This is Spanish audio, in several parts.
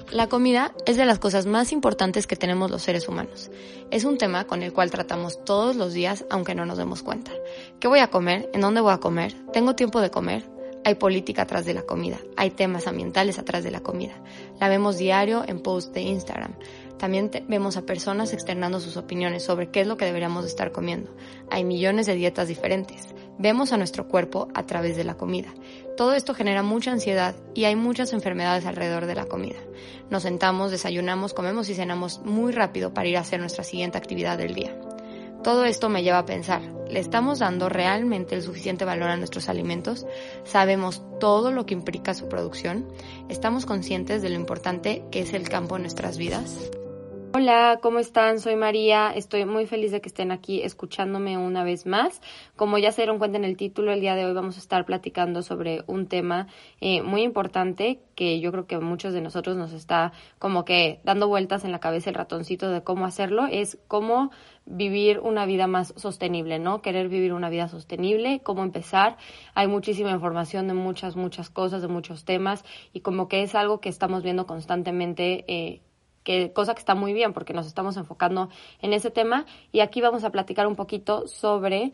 La comida es de las cosas más importantes que tenemos los seres humanos. Es un tema con el cual tratamos todos los días, aunque no nos demos cuenta. ¿Qué voy a comer? ¿En dónde voy a comer? ¿Tengo tiempo de comer? Hay política atrás de la comida. Hay temas ambientales atrás de la comida. La vemos diario en posts de Instagram. También vemos a personas externando sus opiniones sobre qué es lo que deberíamos estar comiendo. Hay millones de dietas diferentes. Vemos a nuestro cuerpo a través de la comida. Todo esto genera mucha ansiedad y hay muchas enfermedades alrededor de la comida. Nos sentamos, desayunamos, comemos y cenamos muy rápido para ir a hacer nuestra siguiente actividad del día. Todo esto me lleva a pensar, ¿le estamos dando realmente el suficiente valor a nuestros alimentos? ¿Sabemos todo lo que implica su producción? ¿Estamos conscientes de lo importante que es el campo en nuestras vidas? Hola, ¿cómo están? Soy María, estoy muy feliz de que estén aquí escuchándome una vez más. Como ya se dieron cuenta en el título, el día de hoy vamos a estar platicando sobre un tema muy importante que yo creo que a muchos de nosotros nos está como que dando vueltas en la cabeza el ratoncito de cómo hacerlo, es cómo vivir una vida más sostenible, ¿no? Querer vivir una vida sostenible, cómo empezar. Hay muchísima información de muchas cosas, de muchos temas y como que es algo que estamos viendo constantemente cosa que está muy bien porque nos estamos enfocando en ese tema y aquí vamos a platicar un poquito sobre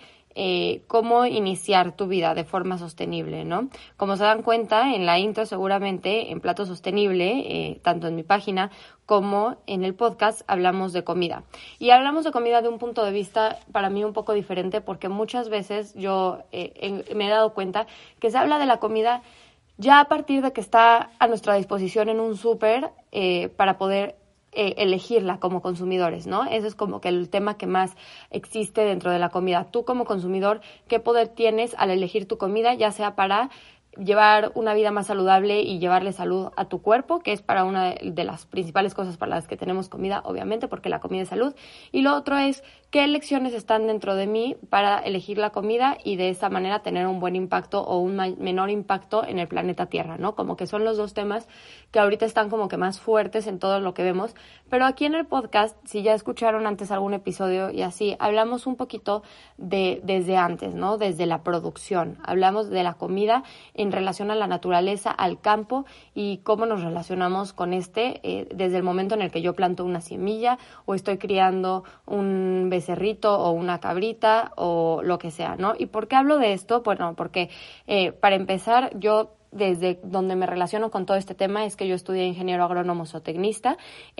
cómo iniciar tu vida de forma sostenible, ¿no? Como se dan cuenta, en la intro seguramente en Plato Sostenible, tanto en mi página como en el podcast, hablamos de comida. Y hablamos de comida de un punto de vista para mí un poco diferente porque muchas veces yo me he dado cuenta que se habla de la comida ya a partir de que está a nuestra disposición en un súper para poder elegirla como consumidores, ¿no? Ese es como que el tema que más existe dentro de la comida. Tú como consumidor, ¿qué poder tienes al elegir tu comida, ya sea para llevar una vida más saludable y llevarle salud a tu cuerpo, que es para una de las principales cosas para las que tenemos comida, obviamente, porque la comida es salud, y lo otro es qué elecciones están dentro de mí para elegir la comida y de esa manera tener un buen impacto o un menor impacto en el planeta Tierra, ¿no? Como que son los dos temas que ahorita están como que más fuertes en todo lo que vemos, pero aquí en el podcast, si ya escucharon antes algún episodio y así, hablamos un poquito desde antes, ¿no? Desde la producción, hablamos de la comida en relación a la naturaleza, al campo y cómo nos relacionamos con desde el momento en el que yo planto una semilla o estoy criando un becerrito o una cabrita o lo que sea, ¿no? ¿Y por qué hablo de esto? Bueno, porque para empezar, yo desde donde me relaciono con todo este tema es que yo estudié ingeniero agrónomo zootecnista.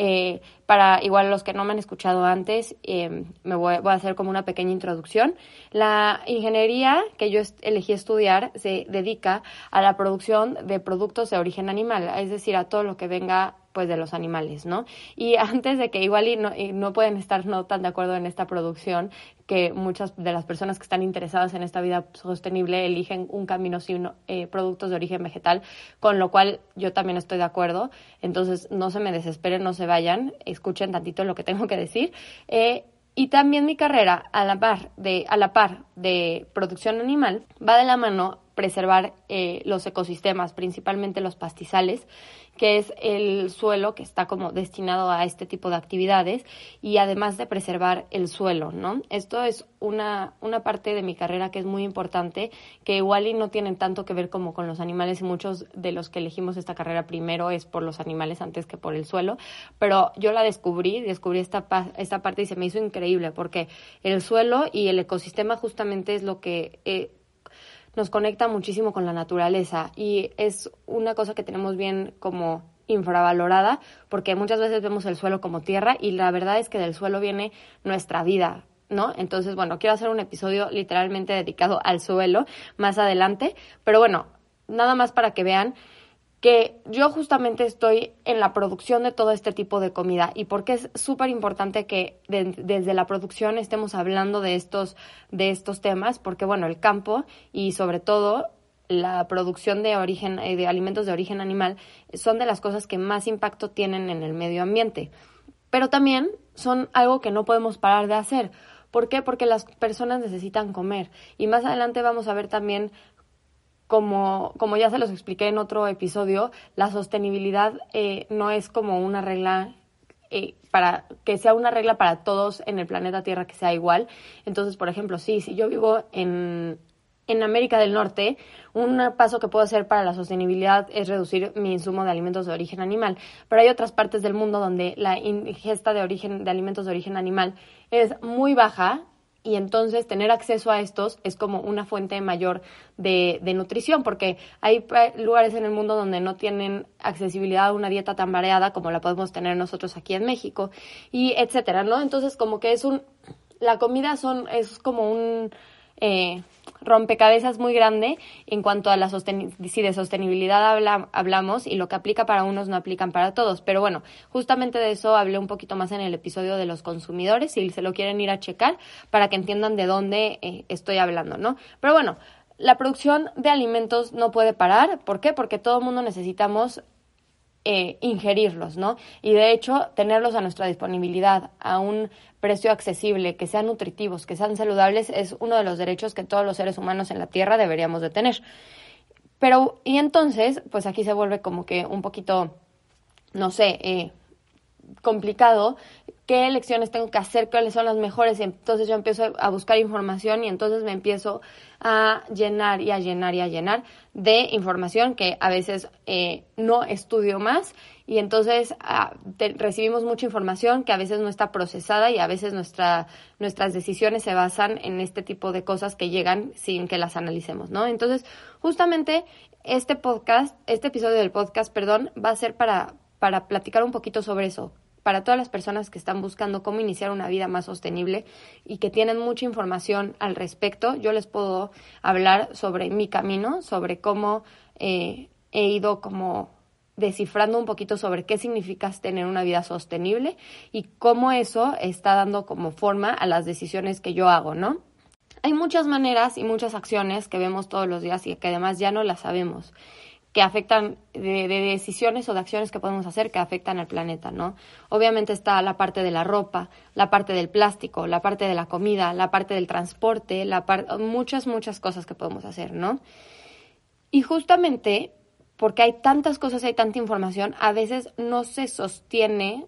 Para igual los que no me han escuchado antes, voy a hacer como una pequeña introducción. La ingeniería que yo elegí estudiar se dedica a la producción de productos de origen animal, es decir, a todo lo que venga pues de los animales, ¿no? Y antes de que igual y no pueden estar no tan de acuerdo en esta producción, que muchas de las personas que están interesadas en esta vida sostenible eligen un camino sin productos de origen vegetal, con lo cual yo también estoy de acuerdo. Entonces no se me desesperen, no se vayan, escuchen tantito lo que tengo que decir. Y también mi carrera, a la par de producción animal, va de la mano preservar los ecosistemas, principalmente los pastizales, que es el suelo que está como destinado a este tipo de actividades y además de preservar el suelo, ¿no? Esto es una parte de mi carrera que es muy importante, que igual y no tienen tanto que ver como con los animales y muchos de los que elegimos esta carrera primero es por los animales antes que por el suelo, pero yo la descubrí esta parte y se me hizo increíble porque el suelo y el ecosistema justamente es lo que nos conecta muchísimo con la naturaleza y es una cosa que tenemos bien como infravalorada porque muchas veces vemos el suelo como tierra y la verdad es que del suelo viene nuestra vida, ¿no? Entonces, bueno, quiero hacer un episodio literalmente dedicado al suelo más adelante, pero bueno, nada más para que vean que yo justamente estoy en la producción de todo este tipo de comida y porque es súper importante que desde la producción estemos hablando de estos temas, porque bueno, el campo y sobre todo la producción de alimentos de origen animal son de las cosas que más impacto tienen en el medio ambiente, pero también son algo que no podemos parar de hacer. ¿Por qué? Porque las personas necesitan comer y más adelante vamos a ver también como ya se los expliqué en otro episodio, la sostenibilidad no es como una regla para que sea una regla para todos en el planeta Tierra que sea igual. Entonces, por ejemplo, si yo vivo en en América del Norte, un paso que puedo hacer para la sostenibilidad es reducir mi insumo de alimentos de origen animal. Pero hay otras partes del mundo donde la ingesta de alimentos de origen animal es muy baja y entonces tener acceso a estos es como una fuente mayor de nutrición, porque hay lugares en el mundo donde no tienen accesibilidad a una dieta tan variada como la podemos tener nosotros aquí en México, y etcétera, ¿no? Entonces como que la comida es como un rompecabezas muy grande en cuanto a si de sostenibilidad hablamos, y lo que aplica para unos no aplican para todos. Pero bueno, justamente de eso hablé un poquito más en el episodio de los consumidores, si se lo quieren ir a checar para que entiendan de dónde estoy hablando, ¿no? Pero bueno, la producción de alimentos no puede parar. ¿Por qué? Porque todo el mundo necesitamos ingerirlos, ¿no? Y de hecho, tenerlos a nuestra disponibilidad a un precio accesible, que sean nutritivos, que sean saludables, es uno de los derechos que todos los seres humanos en la Tierra deberíamos de tener. Pero, y entonces, pues aquí se vuelve como que un poquito, no sé, complicado, qué elecciones tengo que hacer, cuáles son las mejores, y entonces yo empiezo a buscar información y entonces me empiezo a llenar y a llenar y a llenar de información que a veces no estudio más, y entonces recibimos mucha información que a veces no está procesada, y a veces nuestras decisiones se basan en este tipo de cosas que llegan sin que las analicemos, ¿no? Entonces, justamente este episodio del podcast, va a ser para platicar un poquito sobre eso, para todas las personas que están buscando cómo iniciar una vida más sostenible y que tienen mucha información al respecto. Yo les puedo hablar sobre mi camino, sobre cómo he ido como descifrando un poquito sobre qué significa tener una vida sostenible y cómo eso está dando como forma a las decisiones que yo hago, ¿no? Hay muchas maneras y muchas acciones que vemos todos los días y que además ya no las sabemos, que afectan de decisiones o de acciones que podemos hacer que afectan al planeta, ¿no? Obviamente está la parte de la ropa, la parte del plástico, la parte de la comida, la parte del transporte, muchas cosas que podemos hacer, ¿no? Y justamente porque hay tantas cosas, hay tanta información, a veces no se sostiene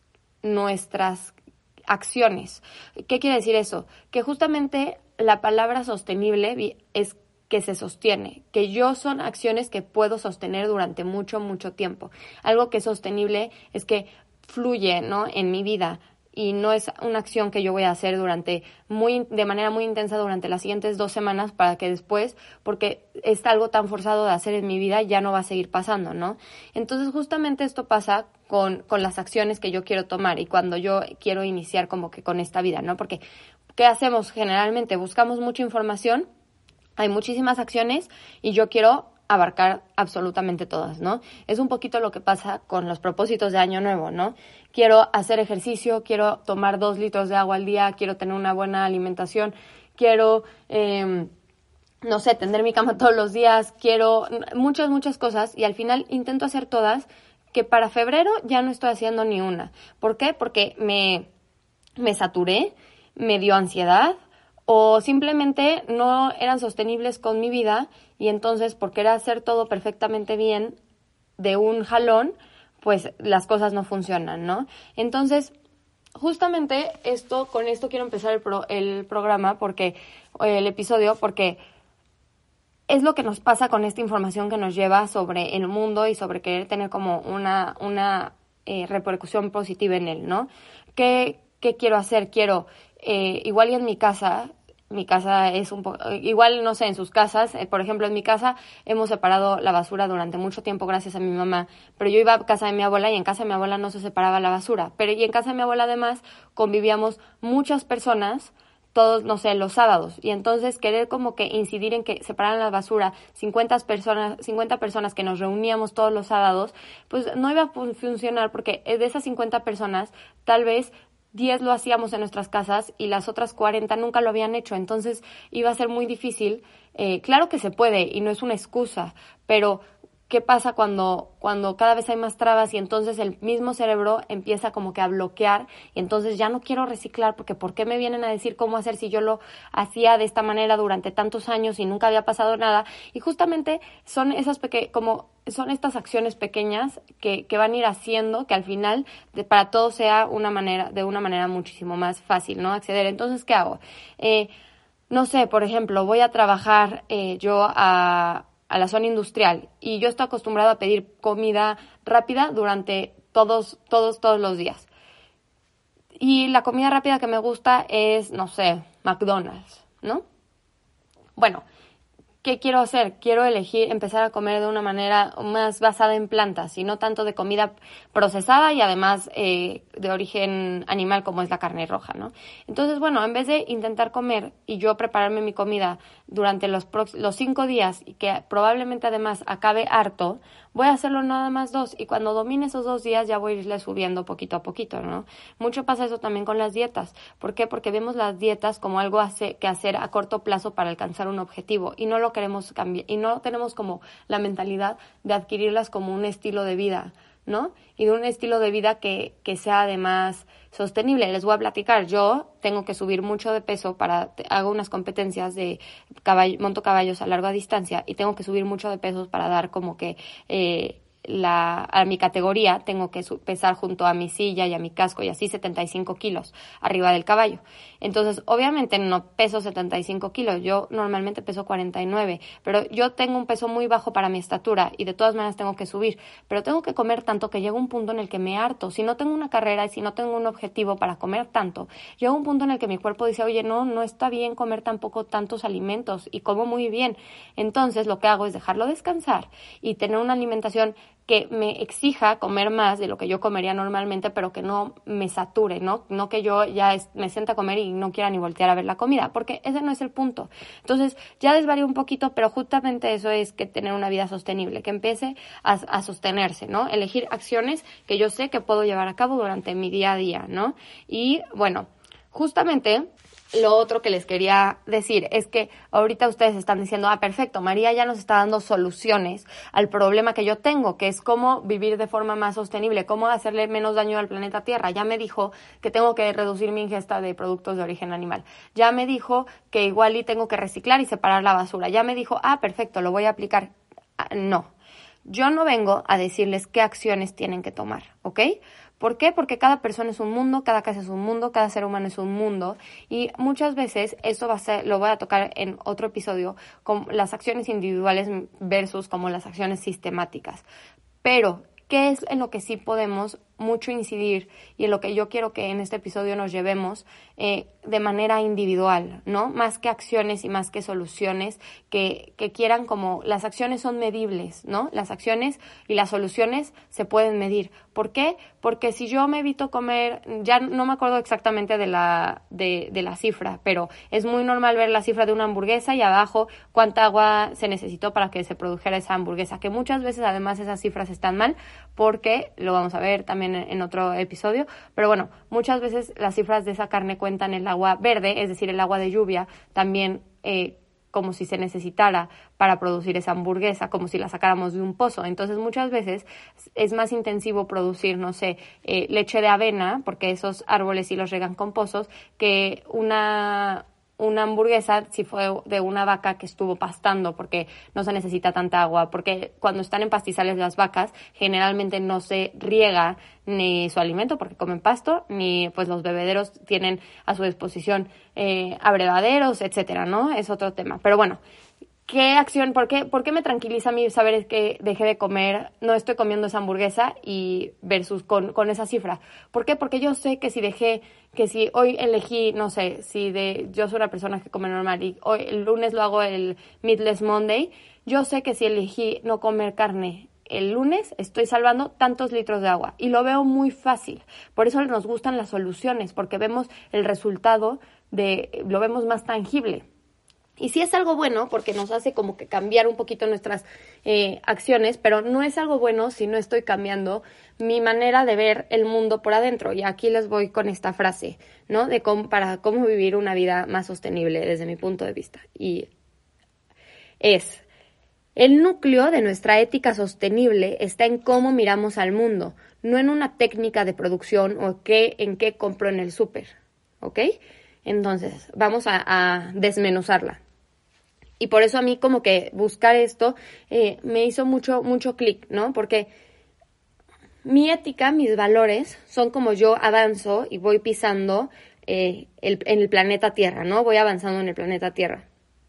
nuestras acciones. ¿Qué quiere decir eso? Que justamente la palabra sostenible es que se sostiene, que son acciones que puedo sostener durante mucho tiempo. Algo que es sostenible es que fluye, ¿no?, en mi vida, y no es una acción que yo voy a hacer de manera muy intensa durante las siguientes 2 semanas para que después, porque es algo tan forzado de hacer en mi vida, ya no va a seguir pasando, ¿no? Entonces justamente esto pasa con las acciones que yo quiero tomar y cuando yo quiero iniciar como que con esta vida, ¿no? Porque ¿qué hacemos generalmente? Buscamos mucha información, hay muchísimas acciones y yo quiero abarcar absolutamente todas, ¿no? Es un poquito lo que pasa con los propósitos de Año Nuevo, ¿no? Quiero hacer ejercicio, quiero tomar 2 litros de agua al día, quiero tener una buena alimentación, quiero, no sé, tender mi cama todos los días, quiero muchas cosas, y al final intento hacer todas, que para febrero ya no estoy haciendo ni una. ¿Por qué? Porque me saturé, me dio ansiedad, o simplemente no eran sostenibles con mi vida, y entonces por querer hacer todo perfectamente bien de un jalón, pues las cosas no funcionan, ¿no? Entonces, justamente con esto quiero empezar el programa, el episodio, porque es lo que nos pasa con esta información que nos lleva sobre el mundo y sobre querer tener como una repercusión positiva en él, ¿no? ¿Qué quiero hacer? Igual y en mi casa es un poco, igual no sé, en sus casas, por ejemplo en mi casa hemos separado la basura durante mucho tiempo gracias a mi mamá, pero yo iba a casa de mi abuela y en casa de mi abuela no se separaba la basura, y en casa de mi abuela además convivíamos muchas personas, todos, no sé, los sábados, y entonces querer como que incidir en que separaran la basura 50 personas que nos reuníamos todos los sábados, pues no iba a funcionar, porque de esas 50 personas tal vez 10 lo hacíamos en nuestras casas y las otras 40 nunca lo habían hecho, entonces iba a ser muy difícil. Claro que se puede y no es una excusa, pero ¿qué pasa cuando cada vez hay más trabas y entonces el mismo cerebro empieza como que a bloquear y entonces ya no quiero reciclar porque ¿por qué me vienen a decir cómo hacer si yo lo hacía de esta manera durante tantos años y nunca había pasado nada? Y justamente son son estas acciones pequeñas que van a ir haciendo que al final para todos sea de una manera muchísimo más fácil, ¿no?, acceder. Entonces, ¿qué hago? no sé, por ejemplo, voy a trabajar yo a la zona industrial y yo estoy acostumbrada a pedir comida rápida durante todos los días. Y la comida rápida que me gusta es, no sé, McDonald's, ¿no? Bueno, ¿qué quiero hacer? Quiero empezar a comer de una manera más basada en plantas y no tanto de comida procesada y además de origen animal como es la carne roja, ¿no? Entonces, bueno, en vez de intentar comer y yo prepararme mi comida durante los 5 días y que probablemente además acabe harto, voy a hacerlo nada más 2 y cuando domine esos 2 días ya voy a irle subiendo poquito a poquito, ¿no? Mucho pasa eso también con las dietas. ¿Por qué? Porque vemos las dietas como algo que hacer a corto plazo para alcanzar un objetivo y no lo queremos cambiar y no tenemos como la mentalidad de adquirirlas como un estilo de vida, ¿no? Y de un estilo de vida que sea además sostenible. Les voy a platicar, yo tengo que subir mucho de peso hago unas competencias de monto caballos a larga distancia y tengo que subir mucho de peso para dar como que a mi categoría tengo que pesar junto a mi silla y a mi casco y así 75 kilos arriba del caballo. Entonces, obviamente no peso 75 kilos, yo normalmente peso 49, pero yo tengo un peso muy bajo para mi estatura y de todas maneras tengo que subir, pero tengo que comer tanto que llega un punto en el que me harto. Si no tengo una carrera y si no tengo un objetivo para comer tanto, llega un punto en el que mi cuerpo dice, oye, no está bien comer tampoco tantos alimentos y como muy bien. Entonces, lo que hago es dejarlo descansar y tener una alimentación que me exija comer más de lo que yo comería normalmente, pero que no me sature, ¿no? No que yo ya me sienta a comer y no quiera ni voltear a ver la comida, porque ese no es el punto. Entonces, ya desvarío un poquito, pero justamente eso es que tener una vida sostenible, que empiece a sostenerse, ¿no? Elegir acciones que yo sé que puedo llevar a cabo durante mi día a día, ¿no? Y, bueno, justamente lo otro que les quería decir es que ahorita ustedes están diciendo, perfecto, María ya nos está dando soluciones al problema que yo tengo, que es cómo vivir de forma más sostenible, cómo hacerle menos daño al planeta Tierra. Ya me dijo que tengo que reducir mi ingesta de productos de origen animal. Ya me dijo que igual y tengo que reciclar y separar la basura. Ya me dijo, perfecto, lo voy a aplicar. No, yo no vengo a decirles qué acciones tienen que tomar, ¿ok? ¿Por qué? Porque cada persona es un mundo, cada casa es un mundo, cada ser humano es un mundo y muchas veces eso lo voy a tocar en otro episodio, con las acciones individuales versus como las acciones sistemáticas. Pero, ¿qué es en lo que sí podemos mucho incidir y en lo que yo quiero que en este episodio nos llevemos de manera individual, ¿no? Más que acciones y más que soluciones que quieran como, las acciones son medibles, ¿no? Las acciones y las soluciones se pueden medir. ¿Por qué? Porque si yo me evito comer, ya no me acuerdo exactamente de la cifra, pero es muy normal ver la cifra de una hamburguesa y abajo cuánta agua se necesitó para que se produjera esa hamburguesa, que muchas veces además esas cifras están mal porque, lo vamos a ver también en otro episodio, pero bueno, muchas veces las cifras de esa carne cuentan el agua verde, es decir, el agua de lluvia, también como si se necesitara para producir esa hamburguesa, como si la sacáramos de un pozo. Entonces, muchas veces es más intensivo producir, no sé, leche de avena, porque esos árboles sí los regan con pozos, que una hamburguesa si fue de una vaca que estuvo pastando, porque no se necesita tanta agua, porque cuando están en pastizales las vacas generalmente no se riega ni su alimento porque comen pasto, ni pues los bebederos tienen a su disposición abrevaderos, etcétera, ¿no? Es otro tema. Pero bueno, ¿qué acción? ¿Por qué me tranquiliza a mí saber que dejé de comer, no estoy comiendo esa hamburguesa y versus con esa cifra? ¿Por qué? Porque yo sé que si hoy elegí, no sé, yo soy una persona que come normal y hoy el lunes lo hago el Meatless Monday, yo sé que si elegí no comer carne el lunes estoy salvando tantos litros de agua y lo veo muy fácil. Por eso nos gustan las soluciones, porque vemos el resultado lo vemos más tangible. Y sí es algo bueno porque nos hace como que cambiar un poquito nuestras acciones, pero no es algo bueno si no estoy cambiando mi manera de ver el mundo por adentro. Y aquí les voy con esta frase, ¿no? Para cómo vivir una vida más sostenible desde mi punto de vista. Y es: el núcleo de nuestra ética sostenible está en cómo miramos al mundo, no en una técnica de producción o en qué compro en el súper, ¿ok? Entonces, vamos a desmenuzarla. Y por eso a mí como que buscar esto me hizo mucho clic, ¿no? Porque mi ética, mis valores son como yo avanzo y voy pisando en el planeta Tierra, ¿no? Voy avanzando en el planeta Tierra.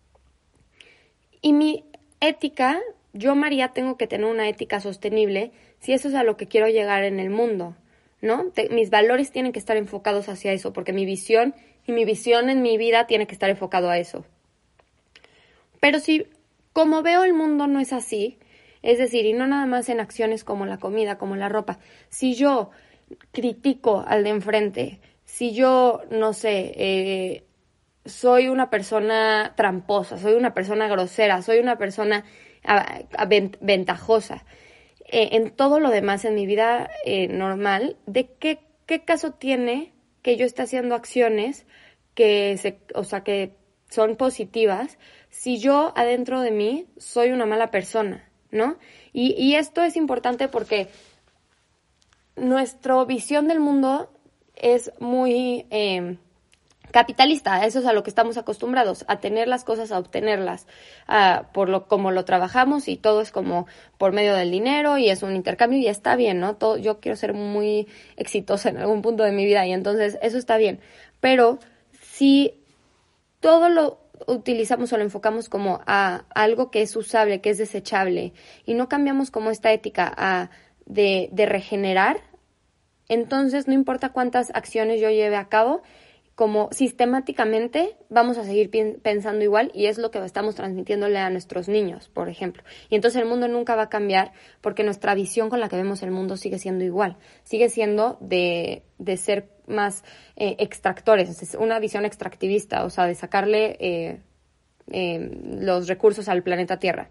Y mi ética, yo, María, tengo que tener una ética sostenible si eso es a lo que quiero llegar en el mundo, ¿no? Mis valores tienen que estar enfocados hacia eso, porque mi visión en mi vida tiene que estar enfocado a eso. Pero si, como veo el mundo no es así, es decir, y no nada más en acciones como la comida, como la ropa, si yo critico al de enfrente, si yo, no sé, soy una persona tramposa, soy una persona grosera, soy una persona ventajosa, en todo lo demás en mi vida normal, ¿de qué caso tiene que yo esté haciendo acciones que son positivas si yo adentro de mí soy una mala persona, ¿no? Y esto es importante porque nuestra visión del mundo es muy capitalista, eso es a lo que estamos acostumbrados, a tener las cosas, a obtenerlas, como lo trabajamos, y todo es como por medio del dinero y es un intercambio y está bien, ¿no? Yo quiero ser muy exitosa en algún punto de mi vida y entonces eso está bien, pero si todo lo utilizamos o lo enfocamos como a algo que es usable, que es desechable, y no cambiamos como esta ética de regenerar, entonces no importa cuántas acciones yo lleve a cabo, como sistemáticamente vamos a seguir pensando igual, y es lo que estamos transmitiéndole a nuestros niños, por ejemplo. Y entonces el mundo nunca va a cambiar porque nuestra visión con la que vemos el mundo sigue siendo igual, sigue siendo de ser más extractores, es una visión extractivista, o sea, de sacarle los recursos al planeta Tierra.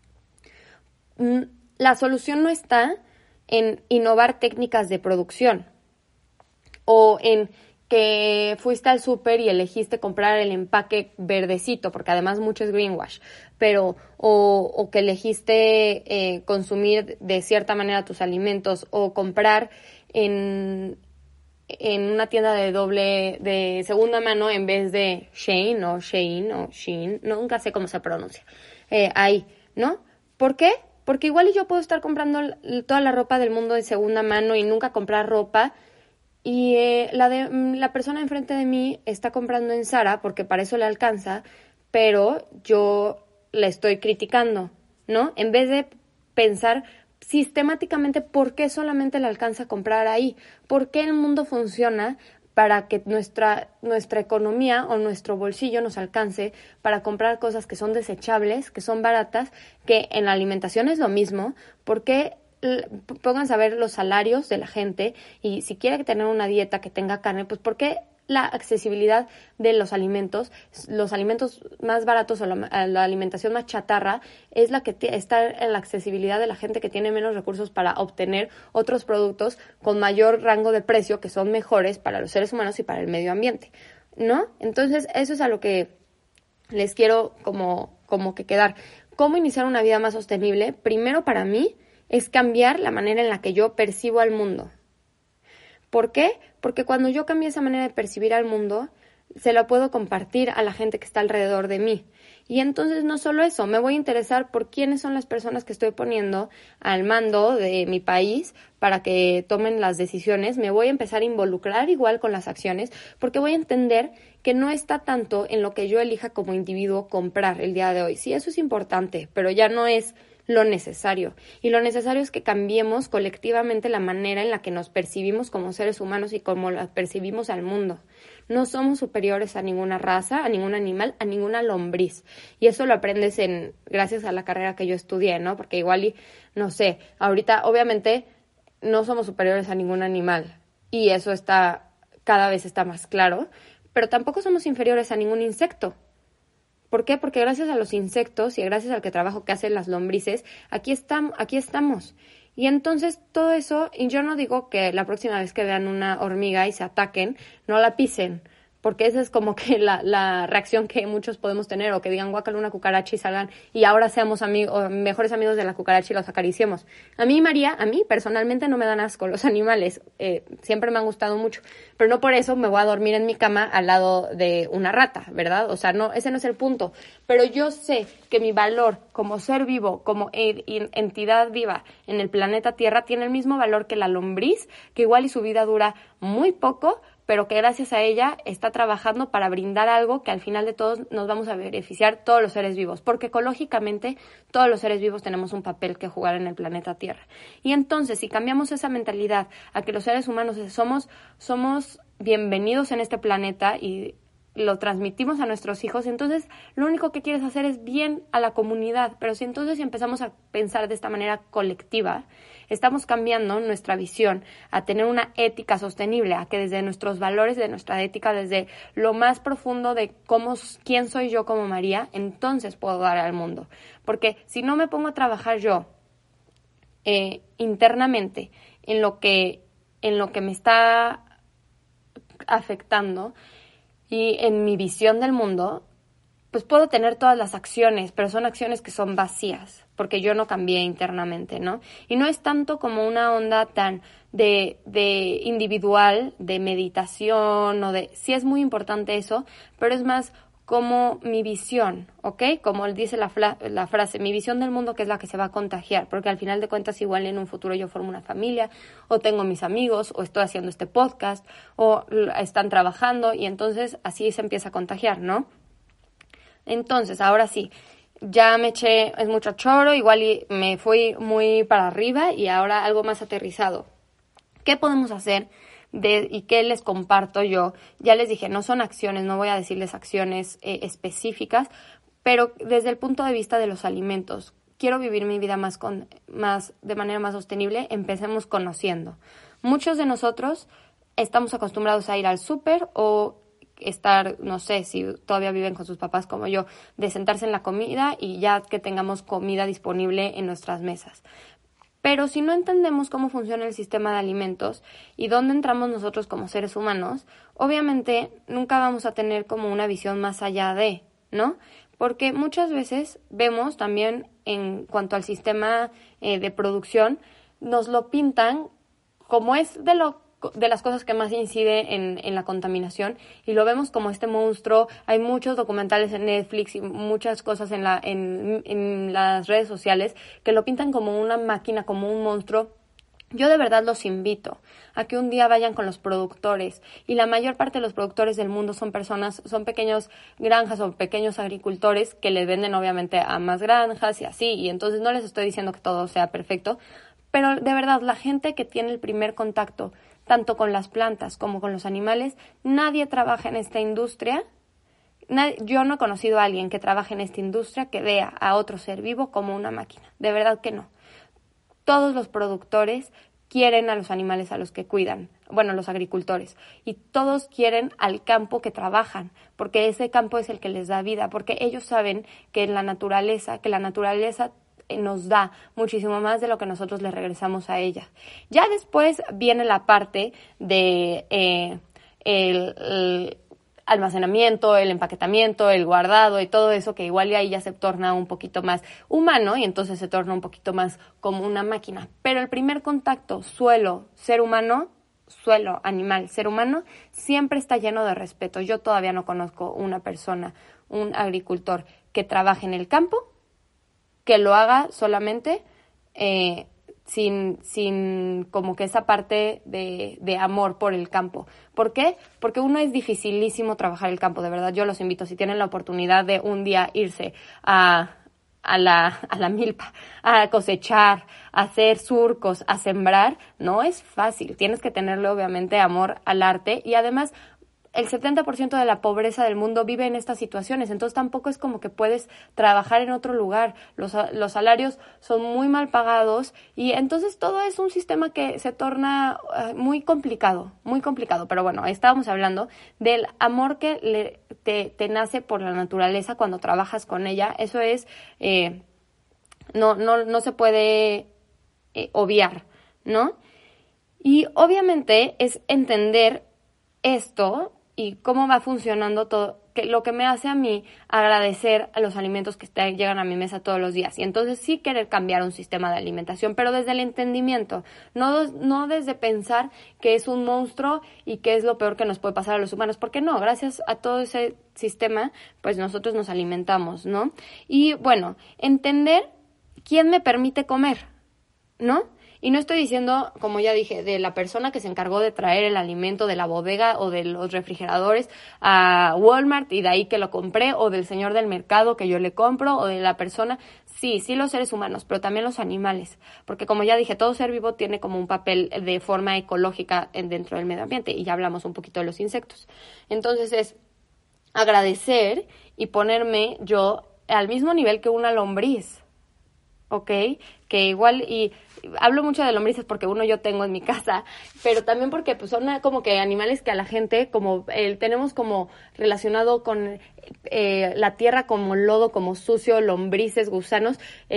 La solución no está en innovar técnicas de producción o en que fuiste al súper y elegiste comprar el empaque verdecito, porque además mucho es greenwash, pero o que elegiste consumir de cierta manera tus alimentos, o comprar en una tienda de segunda mano en vez de Shein o Shein, nunca sé cómo se pronuncia, ahí, ¿no? ¿Por qué? Porque igual y yo puedo estar comprando toda la ropa del mundo de segunda mano y nunca comprar ropa, y la persona enfrente de mí está comprando en Zara porque para eso le alcanza, pero yo la estoy criticando, ¿no? En vez de pensar sistemáticamente por qué solamente le alcanza a comprar ahí, por qué el mundo funciona para que nuestra economía o nuestro bolsillo nos alcance para comprar cosas que son desechables, que son baratas, que en la alimentación es lo mismo. ¿Por qué? Pónganse a ver los salarios de la gente, y si quiere tener una dieta que tenga carne, pues ¿por qué la accesibilidad de los alimentos más baratos o la alimentación más chatarra es la que está en la accesibilidad de la gente que tiene menos recursos para obtener otros productos con mayor rango de precio que son mejores para los seres humanos y para el medio ambiente, ¿no? Entonces eso es a lo que les quiero como que quedar. ¿Cómo iniciar una vida más sostenible? Primero, para mí, es cambiar la manera en la que yo percibo al mundo. ¿Por qué? Porque cuando yo cambie esa manera de percibir al mundo, se lo puedo compartir a la gente que está alrededor de mí. Y entonces no solo eso, me voy a interesar por quiénes son las personas que estoy poniendo al mando de mi país para que tomen las decisiones. Me voy a empezar a involucrar igual con las acciones, porque voy a entender que no está tanto en lo que yo elija como individuo comprar el día de hoy. Sí, eso es importante, pero ya no es lo necesario. Y lo necesario es que cambiemos colectivamente la manera en la que nos percibimos como seres humanos y como la percibimos al mundo. No somos superiores a ninguna raza, a ningún animal, a ninguna lombriz. Y eso lo aprendes gracias a la carrera que yo estudié, ¿no? Porque igual no sé, ahorita obviamente no somos superiores a ningún animal. Y eso cada vez está más claro. Pero tampoco somos inferiores a ningún insecto. ¿Por qué? Porque gracias a los insectos y gracias al trabajo que hacen las lombrices, aquí estamos. Y entonces todo eso, y yo no digo que la próxima vez que vean una hormiga y se ataquen, no la pisen, porque esa es como que la reacción que muchos podemos tener, o que digan guácala una cucaracha y salgan y ahora seamos mejores amigos de la cucaracha y los acariciemos. A mí, María, personalmente no me dan asco los animales, siempre me han gustado mucho, pero no por eso me voy a dormir en mi cama al lado de una rata, ¿verdad? O sea, no, ese no es el punto, pero yo sé que mi valor como ser vivo, como entidad viva en el planeta Tierra tiene el mismo valor que la lombriz, que igual y su vida dura muy poco, pero que gracias a ella está trabajando para brindar algo que al final de todos nos vamos a beneficiar todos los seres vivos, porque ecológicamente todos los seres vivos tenemos un papel que jugar en el planeta Tierra. Y entonces, si cambiamos esa mentalidad a que los seres humanos somos bienvenidos en este planeta y lo transmitimos a nuestros hijos, entonces lo único que quieres hacer es bien a la comunidad. Pero si entonces empezamos a pensar de esta manera colectiva, estamos cambiando nuestra visión a tener una ética sostenible, a que desde nuestros valores, de nuestra ética, desde lo más profundo de quién soy yo como María, entonces puedo dar al mundo. Porque si no me pongo a trabajar yo internamente en lo que me está afectando y en mi visión del mundo, pues puedo tener todas las acciones, pero son acciones que son vacías, porque yo no cambié internamente, ¿no? Y no es tanto como una onda tan de individual, de meditación, sí es muy importante eso, pero es más como mi visión, ¿ok? Como dice la frase, mi visión del mundo, que es la que se va a contagiar, porque al final de cuentas igual en un futuro yo formo una familia, o tengo mis amigos, o estoy haciendo este podcast, o están trabajando, y entonces así se empieza a contagiar, ¿no? Entonces, ahora sí, ya me eché, es mucho choro, igual y me fui muy para arriba, y ahora algo más aterrizado. ¿Qué podemos hacer? ¿Y qué les comparto yo? Ya les dije, no son acciones, no voy a decirles acciones específicas, pero desde el punto de vista de los alimentos, quiero vivir mi vida de manera más sostenible, empecemos conociendo. Muchos de nosotros estamos acostumbrados a ir al súper o estar, no sé, si todavía viven con sus papás como yo, de sentarse en la comida y ya que tengamos comida disponible en nuestras mesas. Pero si no entendemos cómo funciona el sistema de alimentos y dónde entramos nosotros como seres humanos, obviamente nunca vamos a tener como una visión más allá de, ¿no? Porque muchas veces vemos también en cuanto al sistema de producción, nos lo pintan como es de las cosas que más incide en la contaminación, y lo vemos como este monstruo. Hay muchos documentales en Netflix y muchas cosas en las redes sociales que lo pintan como una máquina, como un monstruo. Yo de verdad los invito a que un día vayan con los productores, y la mayor parte de los productores del mundo son pequeños granjas o pequeños agricultores que les venden obviamente a más granjas y así, y entonces no les estoy diciendo que todo sea perfecto, pero de verdad la gente que tiene el primer contacto tanto con las plantas como con los animales, nadie trabaja en esta industria. Yo no he conocido a alguien que trabaje en esta industria que vea a otro ser vivo como una máquina. De verdad que no. Todos los productores quieren a los animales a los que cuidan, bueno, los agricultores, y todos quieren al campo que trabajan, porque ese campo es el que les da vida, porque ellos saben que la naturaleza nos da muchísimo más de lo que nosotros le regresamos a ella. Ya después viene la parte de el almacenamiento, el empaquetamiento, el guardado y todo eso, que igual ahí ya se torna un poquito más humano y entonces se torna un poquito más como una máquina. Pero el primer contacto suelo-ser humano, suelo-animal, ser humano, siempre está lleno de respeto. Yo todavía no conozco una persona, un agricultor que trabaje en el campo, que lo haga solamente sin como que esa parte de amor por el campo. ¿Por qué? Porque es dificilísimo trabajar el campo, de verdad. Yo los invito, si tienen la oportunidad de un día irse a la milpa, a cosechar, a hacer surcos, a sembrar, no es fácil. Tienes que tenerle obviamente amor al arte, y además el 70% de la pobreza del mundo vive en estas situaciones, entonces tampoco es como que puedes trabajar en otro lugar. Los salarios son muy mal pagados, y entonces todo es un sistema que se torna muy complicado, pero bueno, estábamos hablando del amor que te nace por la naturaleza cuando trabajas con ella. Eso es, no se puede obviar, ¿no? Y obviamente es entender esto y cómo va funcionando todo, que lo que me hace a mí agradecer a los alimentos que llegan a mi mesa todos los días. Y entonces sí querer cambiar un sistema de alimentación, pero desde el entendimiento, no desde pensar que es un monstruo y que es lo peor que nos puede pasar a los humanos, porque no, gracias a todo ese sistema, pues nosotros nos alimentamos, ¿no? Y bueno, entender quién me permite comer, ¿no? Y no estoy diciendo, como ya dije, de la persona que se encargó de traer el alimento de la bodega o de los refrigeradores a Walmart y de ahí que lo compré, o del señor del mercado que yo le compro, o de la persona. Sí, los seres humanos, pero también los animales, porque como ya dije, todo ser vivo tiene como un papel de forma ecológica dentro del medio ambiente, y ya hablamos un poquito de los insectos. Entonces es agradecer y ponerme yo al mismo nivel que una lombriz, ¿ok? Que igual, y hablo mucho de lombrices porque uno yo tengo en mi casa, pero también porque pues son como que animales que a la gente como tenemos como relacionado con la tierra como lodo, como sucio, lombrices, gusanos,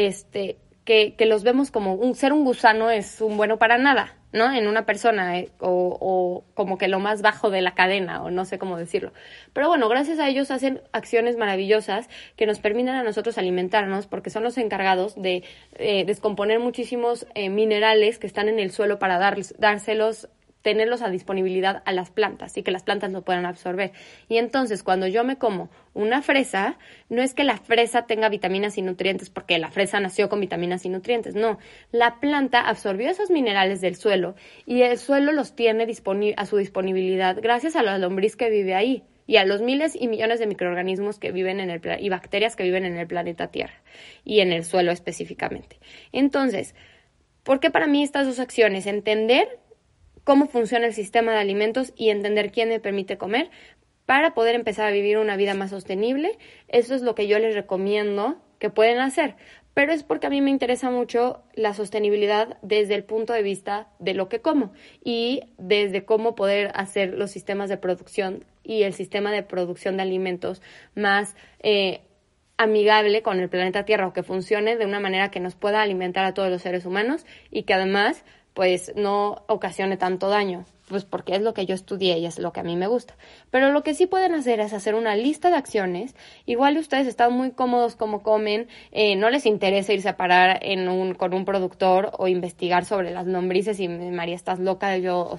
que los vemos como ser un gusano es un bueno para nada, ¿no? En una persona, o como que lo más bajo de la cadena, o no sé cómo decirlo. Pero bueno, gracias a ellos hacen acciones maravillosas que nos permiten a nosotros alimentarnos, porque son los encargados de descomponer muchísimos minerales que están en el suelo para dárselos, tenerlos a disponibilidad a las plantas y que las plantas lo puedan absorber. Y entonces, cuando yo me como una fresa, no es que la fresa tenga vitaminas y nutrientes porque la fresa nació con vitaminas y nutrientes, no. La planta absorbió esos minerales del suelo y el suelo los tiene a su disponibilidad gracias a la lombriz que vive ahí y a los miles y millones de microorganismos que viven y bacterias que viven en el planeta Tierra y en el suelo específicamente. Entonces, ¿por qué para mí estas dos acciones? Entender cómo funciona el sistema de alimentos y entender quién me permite comer para poder empezar a vivir una vida más sostenible. Eso es lo que yo les recomiendo que pueden hacer, pero es porque a mí me interesa mucho la sostenibilidad desde el punto de vista de lo que como y desde cómo poder hacer los sistemas de producción y el sistema de producción de alimentos más amigable con el planeta Tierra, o que funcione de una manera que nos pueda alimentar a todos los seres humanos y que además pues no ocasione tanto daño, pues porque es lo que yo estudié y es lo que a mí me gusta. Pero lo que sí pueden hacer es hacer una lista de acciones. Igual ustedes están muy cómodos como comen, no les interesa irse a parar con un productor o investigar sobre las lombrices y María, estás loca,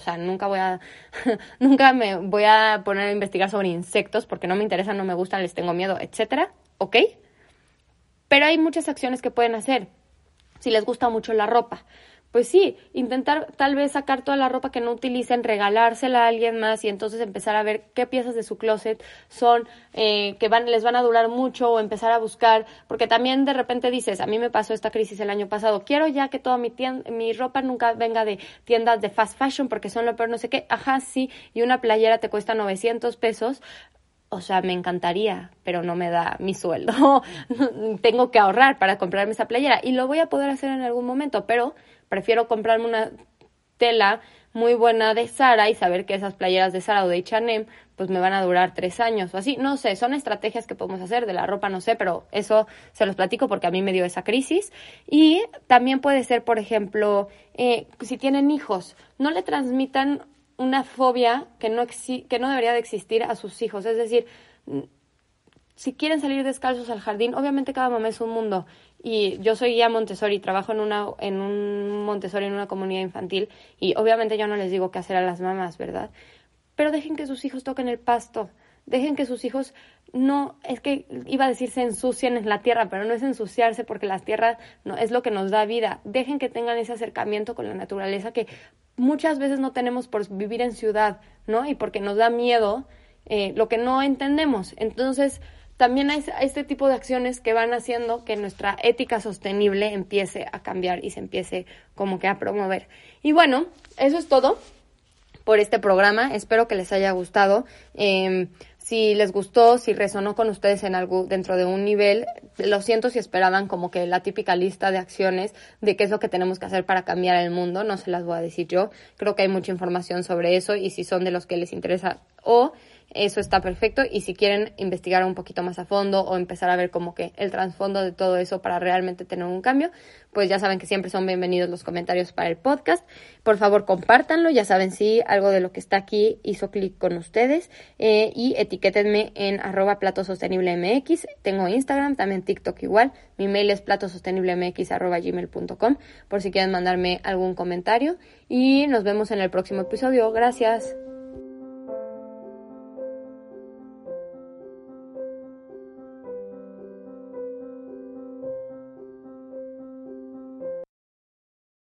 nunca me voy a poner a investigar sobre insectos porque no me interesan, no me gustan, les tengo miedo, etcétera, ¿ok? Pero hay muchas acciones que pueden hacer. Si les gusta mucho la ropa, pues sí, intentar tal vez sacar toda la ropa que no utilicen, regalársela a alguien más y entonces empezar a ver qué piezas de su closet son les van a durar mucho, o empezar a buscar, porque también de repente dices, a mí me pasó esta crisis el año pasado, quiero ya que toda mi ropa nunca venga de tiendas de fast fashion porque son lo peor, no sé qué, ajá, sí, y una playera te cuesta 900 pesos, o sea, me encantaría, pero no me da mi sueldo. Tengo que ahorrar para comprarme esa playera y lo voy a poder hacer en algún momento, pero prefiero comprarme una tela muy buena de Zara y saber que esas playeras de Zara o de H&M pues me van a durar 3 años o así. No sé, son estrategias que podemos hacer. De la ropa no sé, pero eso se los platico porque a mí me dio esa crisis. Y también puede ser, por ejemplo, si tienen hijos, no le transmitan una fobia que no debería de existir a sus hijos. Es decir, si quieren salir descalzos al jardín, obviamente cada mamá es un mundo. Y yo soy guía Montessori, trabajo en un Montessori, en una comunidad infantil, y obviamente yo no les digo qué hacer a las mamás, ¿verdad? Pero dejen que sus hijos toquen el pasto, dejen que sus hijos es que iba a decir se ensucien en la tierra, pero no es ensuciarse porque la tierra no, es lo que nos da vida. Dejen que tengan ese acercamiento con la naturaleza que muchas veces no tenemos por vivir en ciudad, ¿no? Y porque nos da miedo lo que no entendemos. Entonces, también hay este tipo de acciones que van haciendo que nuestra ética sostenible empiece a cambiar y se empiece como que a promover. Y bueno, eso es todo por este programa. Espero que les haya gustado. Si les gustó, si resonó con ustedes en algo dentro de un nivel, lo siento si esperaban como que la típica lista de acciones de qué es lo que tenemos que hacer para cambiar el mundo. No se las voy a decir yo. Creo que hay mucha información sobre eso y si son de los que les interesa eso está perfecto, y si quieren investigar un poquito más a fondo o empezar a ver como que el trasfondo de todo eso para realmente tener un cambio, pues ya saben que siempre son bienvenidos los comentarios para el podcast. Por favor, compártanlo, ya saben si algo de lo que está aquí hizo clic con ustedes, y etiquétenme en @platosostenible.mx. Tengo Instagram, también TikTok igual. Mi mail es platosostenible.mx@gmail.com por si quieren mandarme algún comentario, y nos vemos en el próximo episodio. Gracias.